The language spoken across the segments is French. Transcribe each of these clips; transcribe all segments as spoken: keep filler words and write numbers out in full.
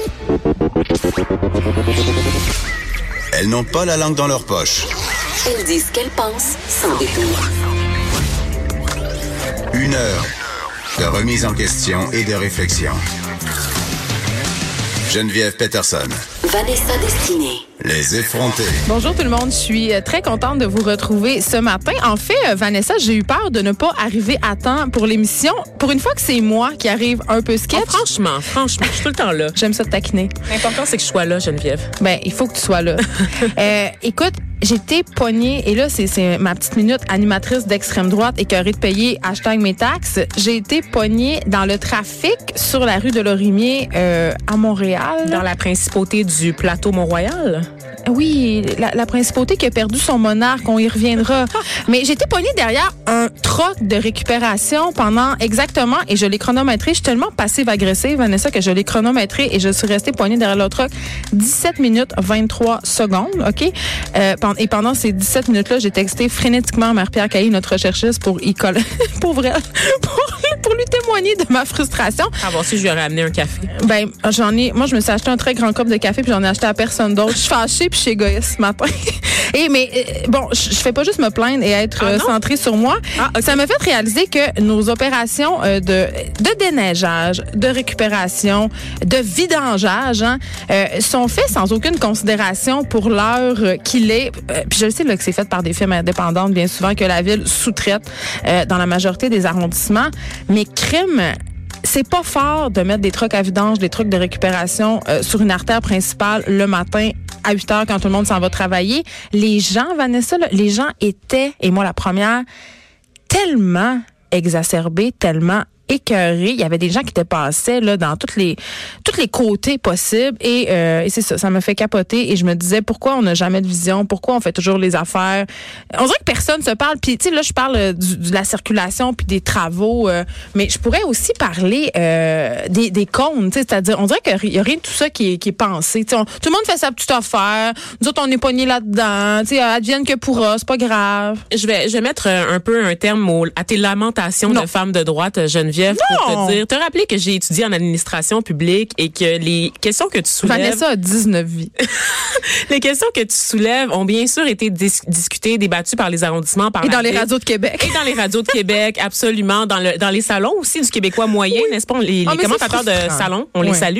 Elles n'ont pas la langue dans leur poche. Elles disent ce qu'elles pensent sans détour. Une heure de remise en question et de réflexion. Geneviève Peterson. Vanessa Destinée. Les effrontés. Bonjour tout le monde, je suis très contente de vous retrouver ce matin. En fait, Vanessa, j'ai eu peur de ne pas arriver à temps pour l'émission. Pour une fois que c'est moi qui arrive un peu sketch. Oh, franchement, franchement, je suis tout le temps là. J'aime ça te taquiner. L'important, c'est que je sois là, Geneviève. Ben, il faut que tu sois là. euh, écoute, j'étais pognée, et là, c'est, c'est ma petite minute animatrice d'extrême droite écœurée de payer hashtag mes taxes. J'ai été pognée dans le trafic sur la rue de Lorimier euh, à Montréal. Dans la principauté du plateau Mont-Royal? Oui, la, la principauté qui a perdu son monarque, on y reviendra. Mais j'étais pognée derrière un troc de récupération pendant exactement, et je l'ai chronométré, je suis tellement passive-agressive, Vanessa, que je l'ai chronométré et je suis restée pognée derrière le troc dix-sept minutes vingt-trois secondes, OK? Euh, et pendant ces dix-sept minutes-là, j'ai texté frénétiquement à Marie-Pierre Caillé, notre recherchiste, pour y coller, pour vrai, pour, pour lui témoigner de ma frustration. Ah bon, si je lui aurais amené un café. Ben, j'en ai, moi, je me suis acheté un très grand cup de café puis j'en ai acheté à personne d'autre. Je suis fâchée puis je suis égoïste ce matin. Et mais euh, bon, je, je fais pas juste me plaindre et être ah, euh, centrée sur moi. Ah, okay. Ça m'a fait réaliser que nos opérations euh, de de déneigeage, de récupération, de vidangeage, hein, euh, sont faites sans aucune considération pour l'heure euh, qu'il est. Euh, puis je le sais là que c'est fait par des firmes indépendantes, bien souvent que la ville sous-traite euh, dans la majorité des arrondissements. Mais crime. C'est pas fort de mettre des trucks à vidange, des trucks de récupération euh, sur une artère principale le matin à huit heures quand tout le monde s'en va travailler. Les gens, Vanessa, là, les gens étaient, et moi la première, tellement exacerbés, tellement écœurés. Il y avait des gens qui te passaient là dans toutes les tous les côtés possibles et, euh, et c'est ça, ça m'a fait capoter et je me disais pourquoi on n'a jamais de vision, pourquoi on fait toujours les affaires. On dirait que personne se parle. Puis tu sais là je parle du, de la circulation puis des travaux, euh, mais je pourrais aussi parler euh, des des cônes, tu sais, c'est-à-dire on dirait qu'il y a rien de tout ça qui est qui est pensé. Tu sais, on, tout le monde fait sa petite affaire. Nous autres on est pognés là-dedans. Tu sais, advienne que pourra, c'est pas grave. Je vais je vais mettre un peu un terme au, à tes lamentations non. de femme de droite, Geneviève. Pour te dire, te rappeler que j'ai étudié en administration publique et que les questions que tu soulèves... Vanessa a dix-neuf vies. Les questions que tu soulèves ont bien sûr été dis- discutées, débattues par les arrondissements, par et la dans ville, les radios de Québec. Et dans les radios de Québec, absolument. Dans, le, dans les salons aussi du Québécois moyen, oui. N'est-ce pas? Les, oh, les commentateurs de salon, on oui. les salue.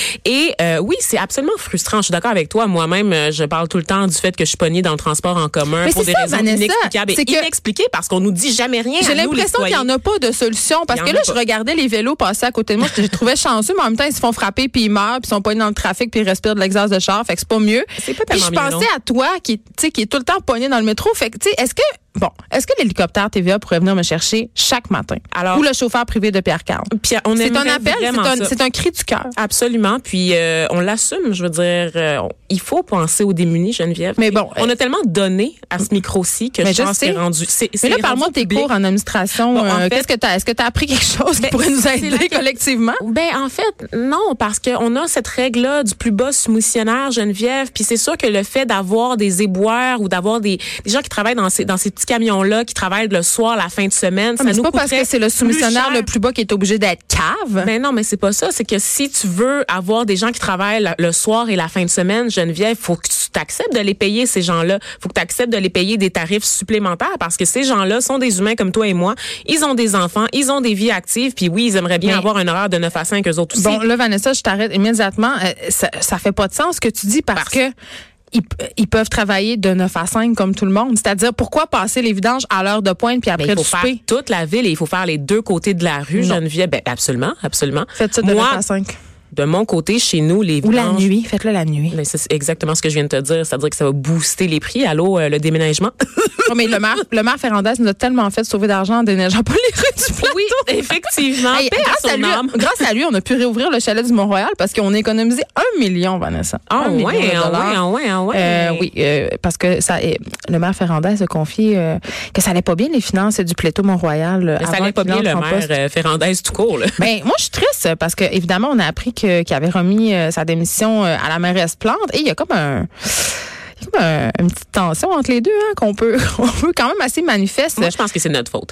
Et euh, oui, c'est absolument frustrant. Je suis d'accord avec toi. Moi-même, je parle tout le temps du fait que je suis pognée dans le transport en commun mais pour des ça, raisons Vanessa, inexplicables et que... inexpliquées parce qu'on nous dit jamais rien. J'ai à nous, l'impression qu'il n'y en a pas de solution parce que là, je regardais les vélos passer à côté de moi. Je les trouvais chanceux, mais en même temps, ils se font frapper puis ils meurent puis ils sont pognés dans le trafic puis ils respirent de l'exhaust de char. Fait que c'est pas mieux. C'est pas tellement tellement Puis je pensais à toi qui, tu sais, qui est tout le temps pogné dans le métro. Fait que, tu sais, est-ce que Bon, est-ce que l'hélicoptère T V A pourrait venir me chercher chaque matin? Alors, ou le chauffeur privé de Pierre Carl? Puis on c'est un appel, c'est un, ça. c'est un cri du cœur. Absolument. Puis euh, on l'assume, je veux dire, euh, il faut penser aux démunis, Geneviève. Mais bon, on a tellement donné à ce micro-ci que je pense que c'est rendu. C'est, c'est mais là, parle-moi de tes cours en administration. Bon, en euh, fait, qu'est-ce que t'as Est-ce que t'as appris quelque chose ben, qui pourrait nous aider la... collectivement? Ben en fait, non, parce qu'on a cette règle-là du plus bas soumissionnaire, Geneviève. Puis c'est sûr que le fait d'avoir des éboueurs ou d'avoir des, des gens qui travaillent dans ces dans ces petits camions-là, qui travaillent le soir, la fin de semaine, ah, ça mais nous c'est pas parce que c'est le soumissionnaire le plus bas qui est obligé d'être cave. Ben non, mais c'est pas ça. C'est que si tu veux avoir des gens qui travaillent le soir et la fin de semaine, Geneviève, faut que tu t'acceptes de les payer, ces gens-là. Faut que tu acceptes de les payer des tarifs supplémentaires parce que ces gens-là sont des humains comme toi et moi. Ils ont des enfants, ils ont des vies actives, puis oui, ils aimeraient bien mais, avoir un horaire de neuf à cinq, eux autres aussi. Bon, là, Vanessa, je t'arrête immédiatement. Euh, ça, ça fait pas de sens ce que tu dis parce, parce que Ils, ils peuvent travailler de neuf à cinq comme tout le monde. C'est-à-dire, pourquoi passer les vidanges à l'heure de pointe puis après le souper? Il faut faire toute la ville et il faut faire les deux côtés de la rue, non. Geneviève. Ben, absolument, absolument. Faites ça de Moi, neuf à cinq. De mon côté, chez nous, les vidanges... Ou la nuit, faites-le la nuit. Mais c'est exactement ce que je viens de te dire. C'est-à-dire que ça va booster les prix. Allô, euh, le déménagement? Non, mais le maire, le maire Ferrandez nous a tellement fait sauver d'argent en déneigeant pas les rues du plateau. Oui, effectivement. Hey, grâce, à lui, grâce à lui, on a pu réouvrir le chalet du Mont-Royal parce qu'on a économisé un million, Vanessa. Ah oh, ouais, ah ouais, ah ouais, ah ouais. Euh, oui, euh, parce que ça, euh, le maire Ferrandez a confié euh, que ça allait pas bien les finances du plateau Mont-Royal. Ça allait pas bien le maire euh, Ferrandez tout court. Là. Ben moi, je suis triste parce que évidemment, on a appris que, qu'il avait remis euh, sa démission euh, à la mairesse Plante et il y a comme un il y a comme un, une petite tension entre les deux hein, qu'on peut on peut quand même assez manifeste. Moi je pense que c'est notre faute.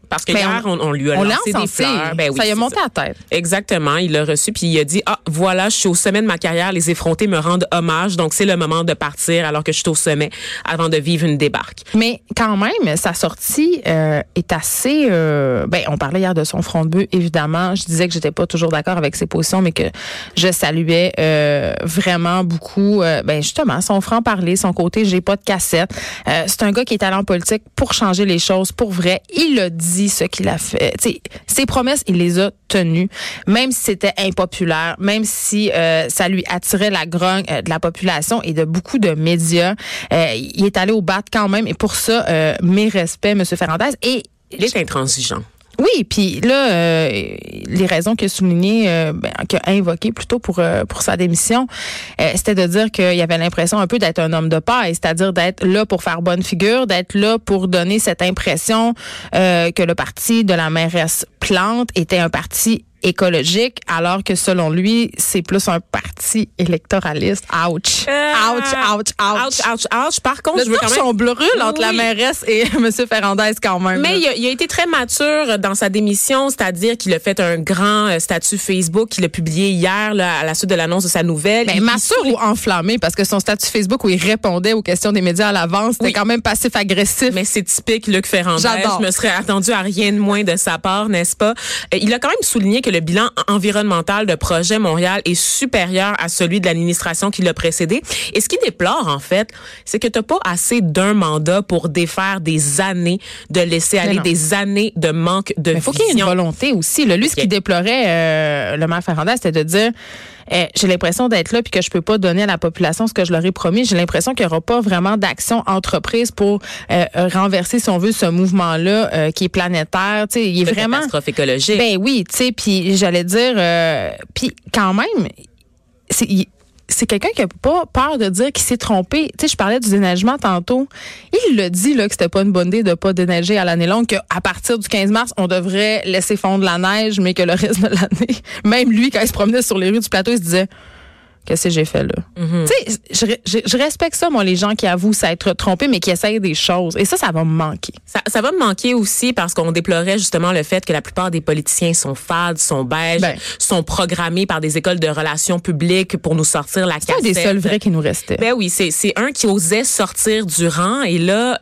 Parce que ben, hier, on, on lui a on lancé l'a des fleurs. Ben oui, ça y a c'est monté ça. à la tête. Exactement. Il l'a reçu, puis il a dit, ah, voilà, je suis au sommet de ma carrière, les effrontés me rendent hommage, donc c'est le moment de partir alors que je suis au sommet avant de vivre une débarque. Mais quand même, sa sortie euh, est assez... Euh, ben, on parlait hier de son front de bœuf, évidemment. Je disais que j'étais pas toujours d'accord avec ses positions, mais que je saluais euh, vraiment beaucoup, euh, ben justement, son franc-parler, son côté « j'ai pas de cassette euh, ». C'est un gars qui est allé en politique pour changer les choses, pour vrai. Il a dit ce qu'il a fait. T'sais, ses promesses, il les a tenues, même si c'était impopulaire, même si euh, ça lui attirait la grogne euh, de la population et de beaucoup de médias. Euh, il est allé au bat quand même, et pour ça, euh, mes respects, M. Ferrandez. Et il est intransigeant. Oui, puis là, euh, les raisons qu'il a soulignées, euh, ben, qu'il a invoquées plutôt pour euh, pour sa démission, euh, c'était de dire qu'il y avait l'impression un peu d'être un homme de paille, c'est-à-dire d'être là pour faire bonne figure, d'être là pour donner cette impression euh, que le parti de la mairesse Plante était un parti écologique, alors que selon lui, c'est plus un parti électoraliste. Ouch. Euh, ouch, ouch, ouch. Ouch, ouch, ouch. Par contre, Le je veux quand même... son brûle entre oui. la mairesse et M. Ferrandez quand même. Mais il a, il a été très mature dans sa démission, c'est-à-dire qu'il a fait un grand statut Facebook qu'il a publié hier là, à la suite de l'annonce de sa nouvelle. Ben, mature ou enflammé, parce que son statut Facebook où il répondait aux questions des médias à l'avance, c'était oui. quand même passif-agressif. Mais c'est typique Luc Ferrandez. J'adore. Je me serais attendu à rien de moins de sa part, n'est-ce pas? Il a quand même souligné que le bilan environnemental de Projet Montréal est supérieur à celui de l'administration qui l'a précédé. Et ce qui déplore, en fait, c'est que t'as pas assez d'un mandat pour défaire des années de laisser aller, des années de manque de vision. Il faut qu'il y ait une volonté aussi. Là, lui, okay. ce qui déplorait euh, le maire Ferrandez, c'était de dire... Eh, j'ai l'impression d'être là puis que je peux pas donner à la population ce que je leur ai promis. J'ai l'impression qu'il y aura pas vraiment d'action entreprise pour euh, renverser, si on veut, ce mouvement-là euh, qui est planétaire. Tu sais, il est le vraiment catastrophe écologique. Ben oui, tu sais. Puis j'allais dire, euh, puis quand même, c'est il, c'est quelqu'un qui a pas peur de dire qu'il s'est trompé. Tu sais, je parlais du déneigement tantôt. Il le dit là que c'était pas une bonne idée de pas déneiger à l'année longue, qu'à partir du quinze mars, on devrait laisser fondre la neige, mais que le reste de l'année, même lui, quand il se promenait sur les rues du plateau, il se disait qu'est-ce que j'ai fait là? Mm-hmm. Tu sais, je, je, je respecte ça, moi, les gens qui avouent s'être trompés, mais qui essayent des choses. Et ça, ça va me manquer. Ça, ça va me manquer aussi parce qu'on déplorait justement le fait que la plupart des politiciens sont fades, sont beiges, ben, sont programmés par des écoles de relations publiques pour nous sortir la cassette. C'est un des seuls vrais qui nous restaient. Ben oui, c'est, c'est un qui osait sortir du rang et là...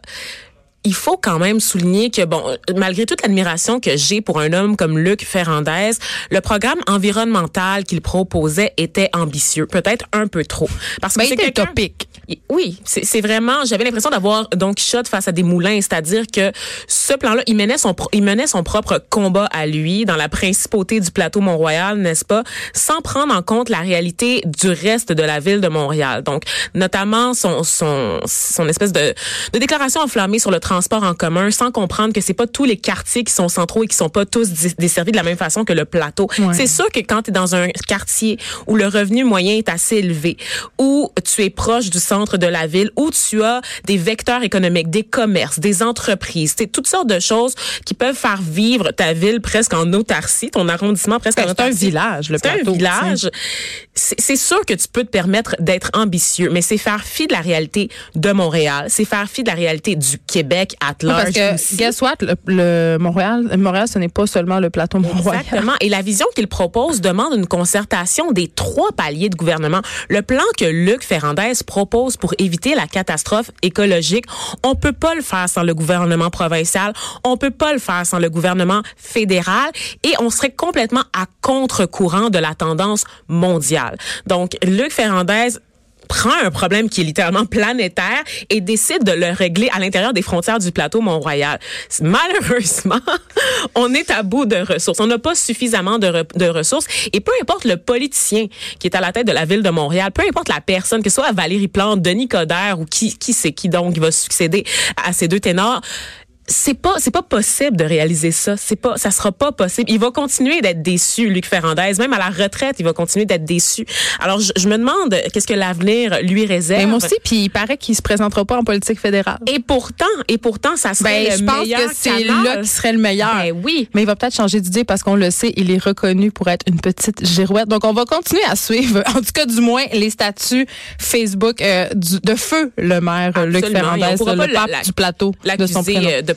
Il faut quand même souligner que, bon, malgré toute l'admiration que j'ai pour un homme comme Luc Ferrandez, le programme environnemental qu'il proposait était ambitieux, peut-être un peu trop. Parce que ben, c'est il était quelqu'un... utopique. Oui, c'est, c'est vraiment, j'avais l'impression d'avoir Don Quichotte face à des moulins, c'est-à-dire que ce plan-là, il menait son, il menait son propre combat à lui dans la principauté du plateau Mont-Royal, n'est-ce pas, sans prendre en compte la réalité du reste de la ville de Montréal. Donc, notamment son, son, son espèce de, de déclaration enflammée sur le transport en commun, sans comprendre que c'est pas tous les quartiers qui sont centraux et qui sont pas tous desservis de la même façon que le plateau. Ouais. C'est sûr que quand tu es dans un quartier où le revenu moyen est assez élevé, où tu es proche du centre de la ville, où tu as des vecteurs économiques, des commerces, des entreprises, c'est toutes sortes de choses qui peuvent faire vivre ta ville presque en autarcie, ton arrondissement presque ben, en autarcie. C'est un village, le c'est plateau. C'est un village. C'est, c'est sûr que tu peux te permettre d'être ambitieux, mais c'est faire fi de la réalité de Montréal, c'est faire fi de la réalité du Québec at large. Parce que, aussi. guess what, le, le Montréal, Montréal, ce n'est pas seulement le plateau Mont-Royal. Exactement. Et la vision qu'il propose demande une concertation des trois paliers de gouvernement. Le plan que Luc Ferrandez propose pour éviter la catastrophe écologique, on peut pas le faire sans le gouvernement provincial, on peut pas le faire sans le gouvernement fédéral et on serait complètement à contre-courant de la tendance mondiale. Donc, Luc Ferrandez prend un problème qui est littéralement planétaire et décide de le régler à l'intérieur des frontières du plateau Mont-Royal. Malheureusement, on est à bout de ressources. On n'a pas suffisamment de, re- de ressources et peu importe le politicien qui est à la tête de la ville de Montréal, peu importe la personne, que ce soit Valérie Plante, Denis Coderre ou qui, qui c'est qui donc va succéder à ces deux ténors, c'est pas c'est pas possible de réaliser ça, c'est pas ça sera pas possible. Il va continuer d'être déçu, Luc Ferrandez, même à la retraite, il va continuer d'être déçu. Alors je, je me demande qu'est-ce que l'avenir lui réserve. Et moi aussi, puis il paraît qu'il se présentera pas en politique fédérale. Et pourtant, et pourtant ça serait ben, le je pense meilleur que c'est canal. là qui serait le meilleur. Ben oui. Mais il va peut-être changer d'idée parce qu'on le sait, il est reconnu pour être une petite girouette. Donc on va continuer à suivre, en tout cas du moins les statuts Facebook euh, du, de feu le maire Absolument. Luc Ferrandez, le pape la, du plateau de son prénom. de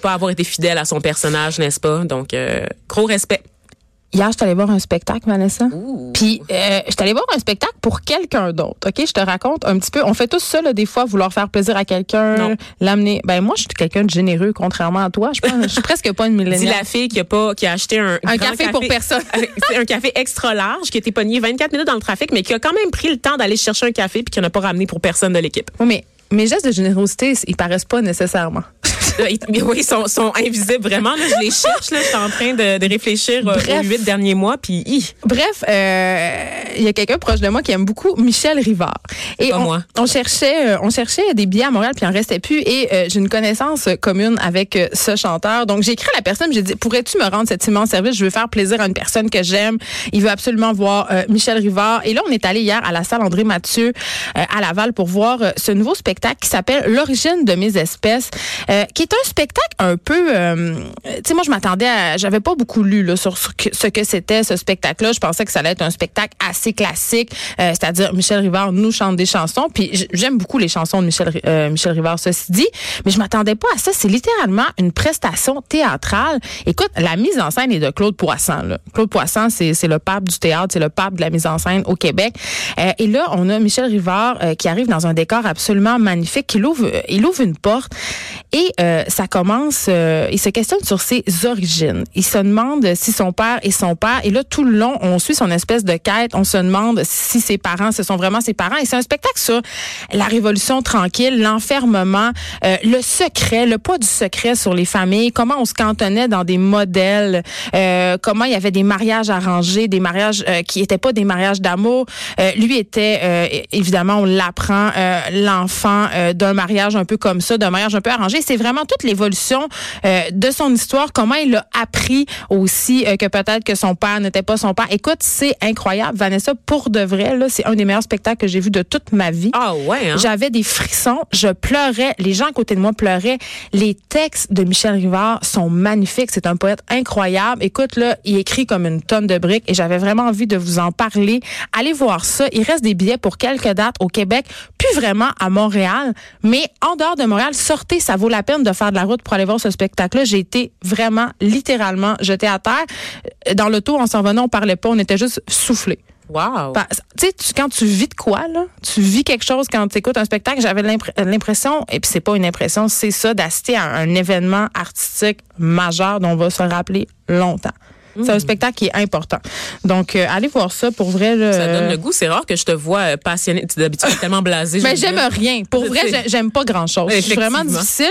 pas avoir été fidèle à son personnage, n'est-ce pas? Donc, euh, gros respect. Hier, je suis allée voir un spectacle, Vanessa. Ouh. Puis, euh, je suis allée voir un spectacle pour quelqu'un d'autre. OK? Je te raconte un petit peu. On fait tous ça, là, des fois, vouloir faire plaisir à quelqu'un, Non. l'amener. Ben, moi, je suis quelqu'un de généreux, contrairement à toi. Je pense, je suis presque pas une Dis milléniale. la fille qui a pas, qui a acheté un, Un grand café pour personne. C'est un café extra large, qui a été pogné vingt-quatre minutes dans le trafic, mais qui a quand même pris le temps d'aller chercher un café puis qui n'a pas ramené pour personne de l'équipe. Oui, mais mes gestes de générosité, ils paraissent pas nécessairement. Oui, ils sont, sont invisibles vraiment. Là, je les cherche. Là, je suis en train de, de réfléchir euh, aux huit derniers mois. Puis, hi. Bref, euh, il y a quelqu'un proche de moi qui aime beaucoup Michel Rivard. Et pas on, moi. on cherchait, euh, on cherchait des billets à Montréal, puis il en restait plus. Et euh, j'ai une connaissance commune avec euh, ce chanteur. Donc j'ai écrit à la personne, j'ai dit, pourrais-tu me rendre cet immense service? Je veux faire plaisir à une personne que j'aime. Il veut absolument voir euh, Michel Rivard. Et là, on est allé hier à la salle André Mathieu euh, à Laval pour voir euh, ce nouveau spectacle qui s'appelle L'origine de mes espèces, euh, qui est un spectacle un peu, euh, tu sais, moi je m'attendais à, j'avais pas beaucoup lu là sur ce que c'était ce spectacle-là. Je pensais que ça allait être un spectacle assez classique, euh, c'est-à-dire Michel Rivard nous chante des chansons. Puis j'aime beaucoup les chansons de Michel euh, Michel Rivard, ceci dit, mais je m'attendais pas à ça. C'est littéralement une prestation théâtrale. Écoute, la mise en scène est de Claude Poisson. Là. Claude Poisson, c'est c'est le pape du théâtre, c'est le pape de la mise en scène au Québec. Euh, et là, on a Michel Rivard euh, qui arrive dans un décor absolument magnifique. Il ouvre, il ouvre une porte et euh, ça commence. Euh, il se questionne sur ses origines. Il se demande si son père est son père. Et là, tout le long, on suit son espèce de quête. On se demande si ses parents, ce sont vraiment ses parents. Et c'est un spectacle sur la révolution tranquille, l'enfermement, euh, le secret, le poids du secret sur les familles, comment on se cantonnait dans des modèles, euh, comment il y avait des mariages arrangés, des mariages euh, qui étaient pas des mariages d'amour. Euh, lui était, euh, évidemment, on l'apprend, euh, l'enfant euh, d'un mariage un peu comme ça, d'un mariage un peu arrangé. C'est vraiment toute l'évolution euh, de son histoire, comment il a appris aussi euh, que peut-être que son père n'était pas son père. Écoute, c'est incroyable, Vanessa, pour de vrai, là, c'est un des meilleurs spectacles que j'ai vu de toute ma vie. Ah ouais, hein? J'avais des frissons, je pleurais, les gens à côté de moi pleuraient. Les textes de Michel Rivard sont magnifiques, c'est un poète incroyable. Écoute, là, il écrit comme une tonne de briques et j'avais vraiment envie de vous en parler. Allez voir ça. Il reste des billets pour quelques dates au Québec, plus vraiment à Montréal, mais en dehors de Montréal, sortez, ça vaut la peine de faire de la route pour aller voir ce spectacle-là. J'ai été vraiment, littéralement jetée à terre. Dans l'auto, en s'en venant, on parlait pas, on était juste soufflés. Wow. Tu sais, quand tu vis de quoi, là, tu vis quelque chose quand tu écoutes un spectacle, j'avais l'impression, et puis c'est pas une impression, c'est ça, d'assister à un événement artistique majeur dont on va se rappeler longtemps. C'est mmh. un spectacle qui est important. Donc, euh, allez voir ça pour vrai. Là, ça donne le goût. C'est rare que je te vois passionnée. Tu d'habitude tellement blasée. Mais j'aime rien. Pour vrai, j'aime pas grand-chose. C'est vraiment difficile.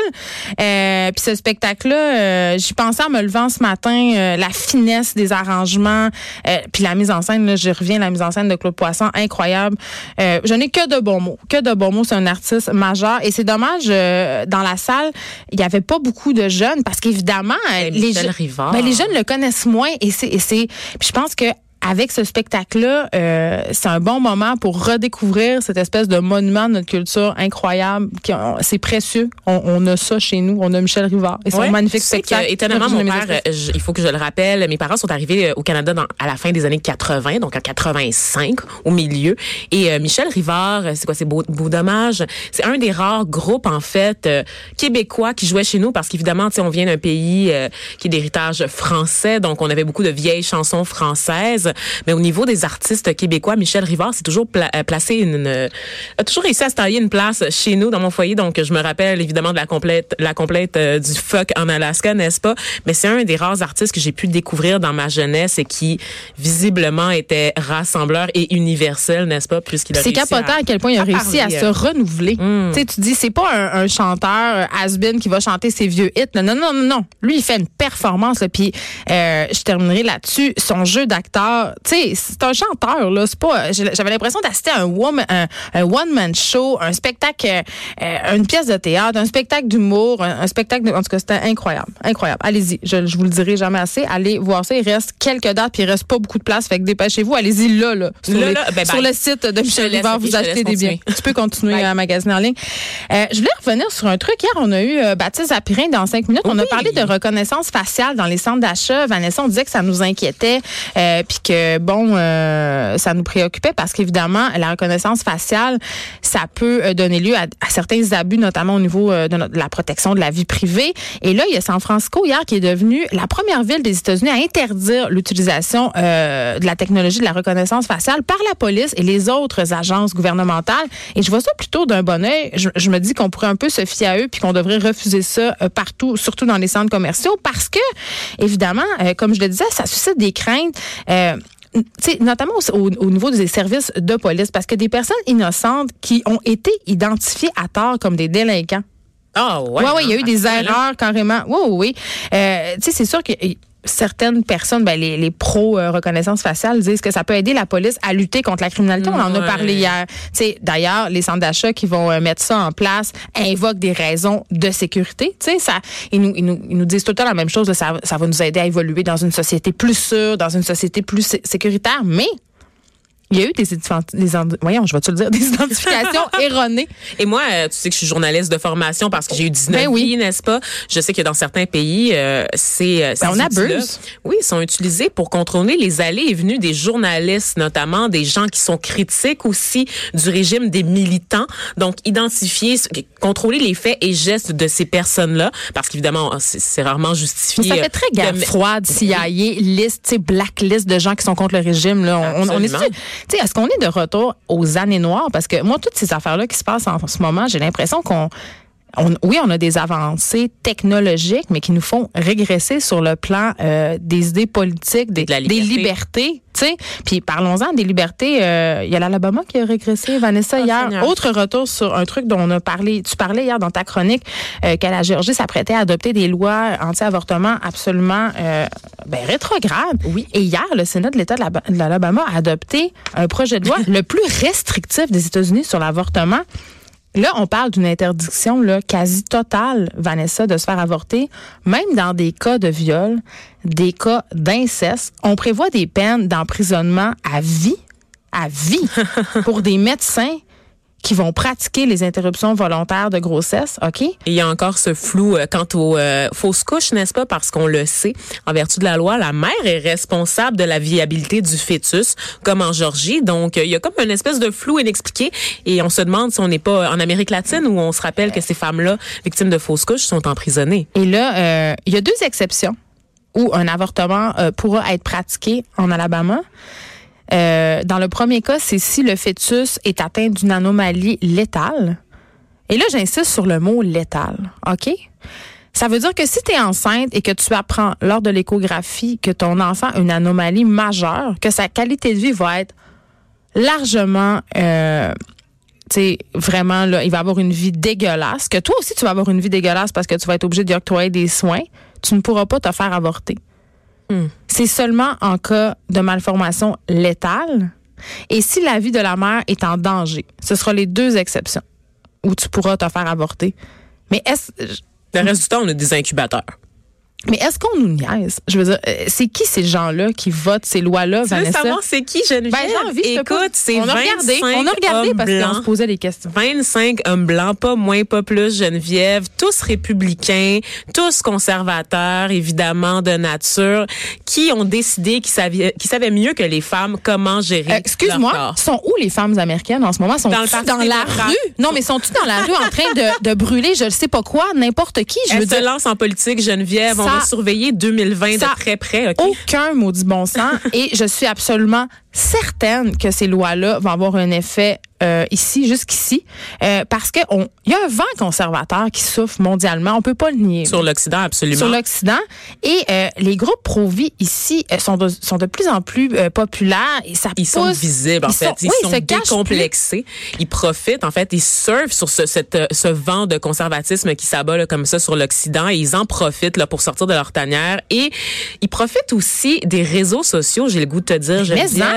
Euh, Puis ce spectacle-là, euh, j'y pensais en me levant ce matin. Euh, la finesse des arrangements, euh, puis la mise en scène. Là, j'y reviens, la mise en scène de Claude Poisson, incroyable. Euh, je n'ai que de bons mots. Que de bons mots. C'est un artiste majeur. Et c'est dommage, euh, dans la salle, il n'y avait pas beaucoup de jeunes parce qu'évidemment, les, je- ben, les jeunes le connaissent moins. Et c'est, et c'est, puis je pense que avec ce spectacle-là, euh, c'est un bon moment pour redécouvrir cette espèce de monument de notre culture incroyable. Qui, on, c'est précieux. On, on a ça chez nous. On a Michel Rivard. Et son ouais, magnifique spectacle. Que, étonnamment, mon père, je, il faut que je le rappelle, mes parents sont arrivés au Canada dans, à la fin des années quatre-vingts, donc en quatre-vingt-cinq, au milieu. Et euh, Michel Rivard, c'est quoi, c'est Beau, Beau Dommage? C'est un des rares groupes, en fait, euh, québécois qui jouait chez nous parce qu'évidemment, tu sais, on vient d'un pays euh, qui est d'héritage français, donc on avait beaucoup de vieilles chansons françaises. Mais au niveau des artistes québécois, Michel Rivard s'est toujours pla- placé une, une, a toujours réussi à se tailler une place chez nous dans mon foyer. Donc je me rappelle évidemment de la complète, la complète euh, du fuck en Alaska, n'est-ce pas? Mais c'est un des rares artistes que j'ai pu découvrir dans ma jeunesse et qui visiblement était rassembleur et universel, n'est-ce pas? Puisqu'il a c'est réussi capotant à, à quel point il a réussi parler. à se renouveler. Mm. Tu sais, tu dis c'est pas un, un chanteur has-been qui va chanter ses vieux hits. Non, non, non, non, non. Lui il fait une performance. Puis euh, je terminerai là-dessus. Son jeu d'acteur. Tu sais, c'est un chanteur, là. C'est pas, j'avais l'impression d'assister à un, woman, un, un one-man show, un spectacle, euh, une pièce de théâtre, un spectacle d'humour, un, un spectacle de, en tout cas, c'était incroyable. Incroyable. Allez-y. Je, je vous le dirai jamais assez. Allez voir ça. Il reste quelques dates puis il reste pas beaucoup de place. Fait que dépêchez-vous. Allez-y là, là. Sur, là, les, là, ben, sur le site de Michel Rivard, vous achetez des biens. Tu peux continuer bye. à magasiner en ligne. Euh, je voulais revenir sur un truc. Hier, on a eu euh, Baptiste Zapirin dans cinq minutes. Oui. On a parlé de reconnaissance faciale dans les centres d'achat. Vanessa, on disait que ça nous inquiétait. Euh, puis que, bon, euh, ça nous préoccupait parce qu'évidemment, la reconnaissance faciale, ça peut euh, donner lieu à, à certains abus, notamment au niveau euh, de, notre, de la protection de la vie privée. Et là, il y a San Francisco hier qui est devenu la première ville des États-Unis à interdire l'utilisation euh, de la technologie de la reconnaissance faciale par la police et les autres agences gouvernementales. Et je vois ça plutôt d'un bon œil. Je, je me dis qu'on pourrait un peu se fier à eux puis qu'on devrait refuser ça euh, partout, surtout dans les centres commerciaux, parce que, évidemment, euh, comme je le disais, ça suscite des craintes. Euh, T'sais, notamment au, au, au niveau des services de police, parce que des personnes innocentes qui ont été identifiées à tort comme des délinquants. Ah ouais. Ouais, ouais, il y a eu des erreurs carrément. Oui, oui, oui. Euh, tu sais, c'est sûr que certaines personnes, ben, les, les pros euh, reconnaissance faciale disent que ça peut aider la police à lutter contre la criminalité. On en a ouais. parlé hier. Tu sais, d'ailleurs, les centres d'achat qui vont euh, mettre ça en place invoquent des raisons de sécurité. Tu sais, ça, ils nous, ils nous, ils nous disent tout le temps la même chose. Là, ça, ça va nous aider à évoluer dans une société plus sûre, dans une société plus sé- sécuritaire. Mais il y a eu des, des voyons, je vais te le dire, des identifications erronées. Et moi, euh, tu sais que je suis journaliste de formation parce que j'ai eu dix-neuf ben oui. vies, n'est-ce pas? Je sais que dans certains pays, euh, c'est, ben on abuse. Oui, ils sont utilisés pour contrôler les allées et venues des journalistes, notamment des gens qui sont critiques aussi du régime des militants. Donc, identifier, contrôler les faits et gestes de ces personnes-là, parce qu'évidemment, c'est, c'est rarement justifié. Mais ça fait très guerre de... froide, C I A, liste, tu sais, blacklist de gens qui sont contre le régime. Là. On, on est Tu sais, est-ce qu'on est de retour aux années noires? Parce que moi, toutes ces affaires-là qui se passent en ce moment, j'ai l'impression qu'on... On, oui, on a des avancées technologiques, mais qui nous font régresser sur le plan euh, des idées politiques, des, de liberté. des libertés. Tu sais, puis parlons-en des libertés. Il euh, y a l'Alabama qui a régressé, Vanessa, oh, hier. Seigneur. Autre retour sur un truc dont on a parlé. Tu parlais hier dans ta chronique euh, que la Géorgie s'apprêtait à adopter des lois anti-avortement absolument euh, ben, rétrogrades. Oui. Et hier, le Sénat de l'État de, de l'Alabama a adopté un projet de loi le plus restrictif des États-Unis sur l'avortement. Là, on parle d'une interdiction là, quasi totale, Vanessa, de se faire avorter, même dans des cas de viol, des cas d'inceste. On prévoit des peines d'emprisonnement à vie, à vie, pour des médecins qui vont pratiquer les interruptions volontaires de grossesse, OK? Et il y a encore ce flou euh, quant aux euh, fausses couches, n'est-ce pas? Parce qu'on le sait, en vertu de la loi, la mère est responsable de la viabilité du fœtus, comme en Géorgie. Donc, euh, il y a comme une espèce de flou inexpliqué. Et on se demande si on n'est pas en Amérique latine où on se rappelle que ces femmes-là, victimes de fausses couches, sont emprisonnées. Et là, euh, il y a deux exceptions où un avortement euh, pourra être pratiqué en Alabama. Euh, dans le premier cas, c'est si le fœtus est atteint d'une anomalie létale. Et là, j'insiste sur le mot létal, OK? Ça veut dire que si tu es enceinte et que tu apprends lors de l'échographie que ton enfant a une anomalie majeure, que sa qualité de vie va être largement... Euh, tu sais, vraiment, là, il va avoir une vie dégueulasse, que toi aussi, tu vas avoir une vie dégueulasse parce que tu vas être obligé d'y octroyer des soins, tu ne pourras pas te faire avorter. Hmm. C'est seulement en cas de malformation létale et si la vie de la mère est en danger. Ce sera les deux exceptions où tu pourras te faire avorter. Mais est-ce... Le reste du temps, on a des incubateurs. Mais est-ce qu'on nous niaise? Je veux dire, c'est qui ces gens-là qui votent ces lois-là, tu Vanessa? Tu veux savoir c'est qui, Geneviève? Ben, j'ai envie, écoute, c'est on a regardé, on a regardé parce qu'on se posait des questions. vingt-cinq hommes blancs, pas moins, pas plus, Geneviève, tous républicains, tous conservateurs, évidemment, de nature, qui ont décidé qu'ils savaient, qu'ils savaient mieux que les femmes comment gérer euh, excuse-moi, leur corps. Sont où les femmes américaines en ce moment? Sont-ils dans, dans la rue? Non, mais sont-ils dans la rue en train de, de brûler, je ne sais pas quoi, n'importe qui? Je Elle veux se dire, lance en politique, Geneviève. Ça, on va surveiller deux mille vingt de très près. Okay? Aucun maudit bon sens. Et je suis absolument certaine que ces lois-là vont avoir un effet euh, ici, jusqu'ici, euh, parce que on, il y a un vent conservateur qui souffle mondialement. On peut pas le nier. Sur l'Occident, absolument. Sur l'Occident. Et euh, les groupes pro-vie ici euh, sont, de, sont de plus en plus euh, populaires. Et ça ils pousse, sont visibles, en ils fait. Sont, ils oui, sont ils décomplexés. Ils profitent, en fait. Ils surfent sur ce, cette, ce vent de conservatisme qui s'abat là, comme ça sur l'Occident. Et ils en profitent là, pour sortir de leur tanière. Et ils profitent aussi des réseaux sociaux, j'ai le goût de te dire, Geneviève.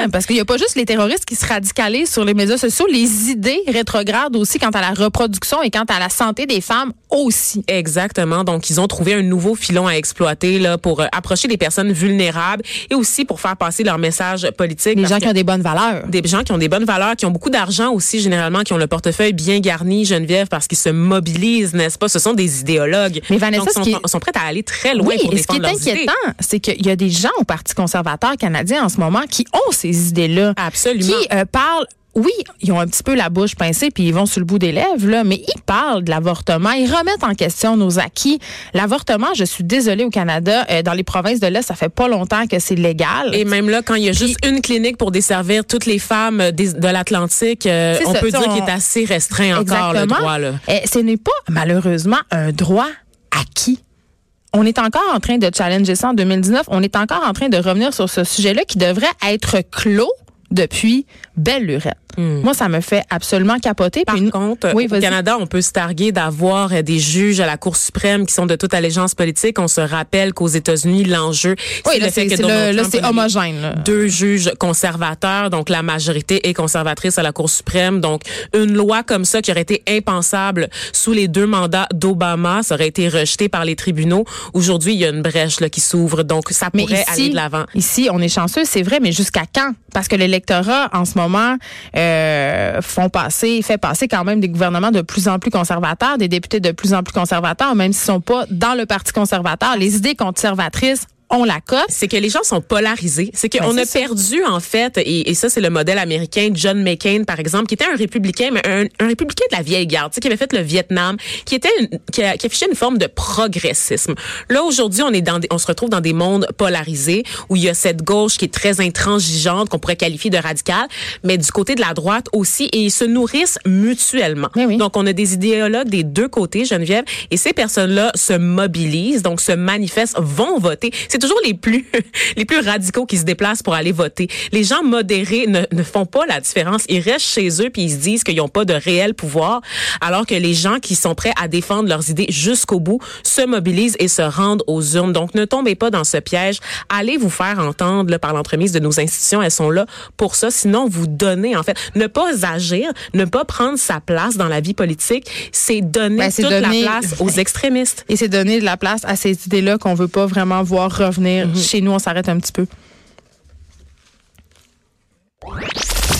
Ouais, parce qu'il y a pas juste les terroristes qui se radicalisent sur les médias sociaux, les idées rétrogrades aussi quant à la reproduction et quant à la santé des femmes aussi. Exactement. Donc, ils ont trouvé un nouveau filon à exploiter là pour euh, approcher des personnes vulnérables et aussi pour faire passer leur message politique. Les gens qui ont des bonnes valeurs. Des gens qui ont des bonnes valeurs, qui ont beaucoup d'argent aussi, généralement, qui ont le portefeuille bien garni, Geneviève, parce qu'ils se mobilisent, n'est-ce pas? Ce sont des idéologues. Mais Vanessa, Donc, ce qui sont, est... sont prêts à aller très loin oui, pour défendre leurs idées. Ce qui est inquiétant, c'est qu'il y a des gens au Parti conservateur canadien en ce moment qui ont ces idées-là. Absolument. Qui euh, parlent... Oui, ils ont un petit peu la bouche pincée puis ils vont sur le bout des lèvres, là, mais ils parlent de l'avortement. Ils remettent en question nos acquis. L'avortement, je suis désolée, au Canada, euh, dans les provinces de l'Est, ça fait pas longtemps que c'est légal. Et même là, quand il y a puis, juste une clinique pour desservir toutes les femmes des, de l'Atlantique, euh, on ça, peut dire on... qu'il est assez restreint Exactement. Encore, le droit. Là. Et ce n'est pas, malheureusement, un droit acquis. On est encore en train de challenger ça en deux mille dix-neuf. On est encore en train de revenir sur ce sujet-là qui devrait être clos depuis belle lurette. Mmh. Moi, ça me fait absolument capoter. Par Puis, contre, oui, au vas-y. Canada, on peut se targuer d'avoir des juges à la Cour suprême qui sont de toute allégeance politique. On se rappelle qu'aux États-Unis, l'enjeu, oui, c'est là, le fait c'est, que c'est, le, là, c'est homogène. Là. Deux juges conservateurs, donc la majorité est conservatrice à la Cour suprême. Donc, une loi comme ça qui aurait été impensable sous les deux mandats d'Obama, ça aurait été rejeté par les tribunaux. Aujourd'hui, il y a une brèche là, qui s'ouvre, donc ça mais pourrait ici, aller de l'avant. Ici, on est chanceux, c'est vrai, mais jusqu'à quand? Parce que l'électorat, en ce moment, euh, font passer, fait passer quand même des gouvernements de plus en plus conservateurs, des députés de plus en plus conservateurs, même s'ils sont pas dans le Parti conservateur. Les idées conservatrices on la cote. C'est que les gens sont polarisés. C'est qu'on ben, a ça. perdu, en fait, et, et ça, c'est le modèle américain, John McCain, par exemple, qui était un républicain, mais un, un républicain de la vieille garde, tu sais, qui avait fait le Vietnam, qui était une, qui, a, qui affichait une forme de progressisme. Là, aujourd'hui, on est dans des, on se retrouve dans des mondes polarisés où il y a cette gauche qui est très intransigeante, qu'on pourrait qualifier de radicale, mais du côté de la droite aussi, et ils se nourrissent mutuellement. Oui. Donc, on a des idéologues des deux côtés, Geneviève, et ces personnes-là se mobilisent, donc se manifestent, vont voter. C'est toujours les plus les plus radicaux qui se déplacent pour aller voter. Les gens modérés ne, ne font pas la différence. Ils restent chez eux puis ils se disent qu'ils n'ont pas de réel pouvoir, alors que les gens qui sont prêts à défendre leurs idées jusqu'au bout se mobilisent et se rendent aux urnes. Donc, ne tombez pas dans ce piège. Allez vous faire entendre là, par l'entremise de nos institutions. Elles sont là pour ça. Sinon, vous donnez, en fait, ne pas agir, ne pas prendre sa place dans la vie politique, c'est donner ben, c'est toute donner, la place aux extrémistes. Et c'est donner de la place à ces idées-là qu'on veut pas vraiment voir revenir. Mm-hmm. Chez nous, on s'arrête un petit peu.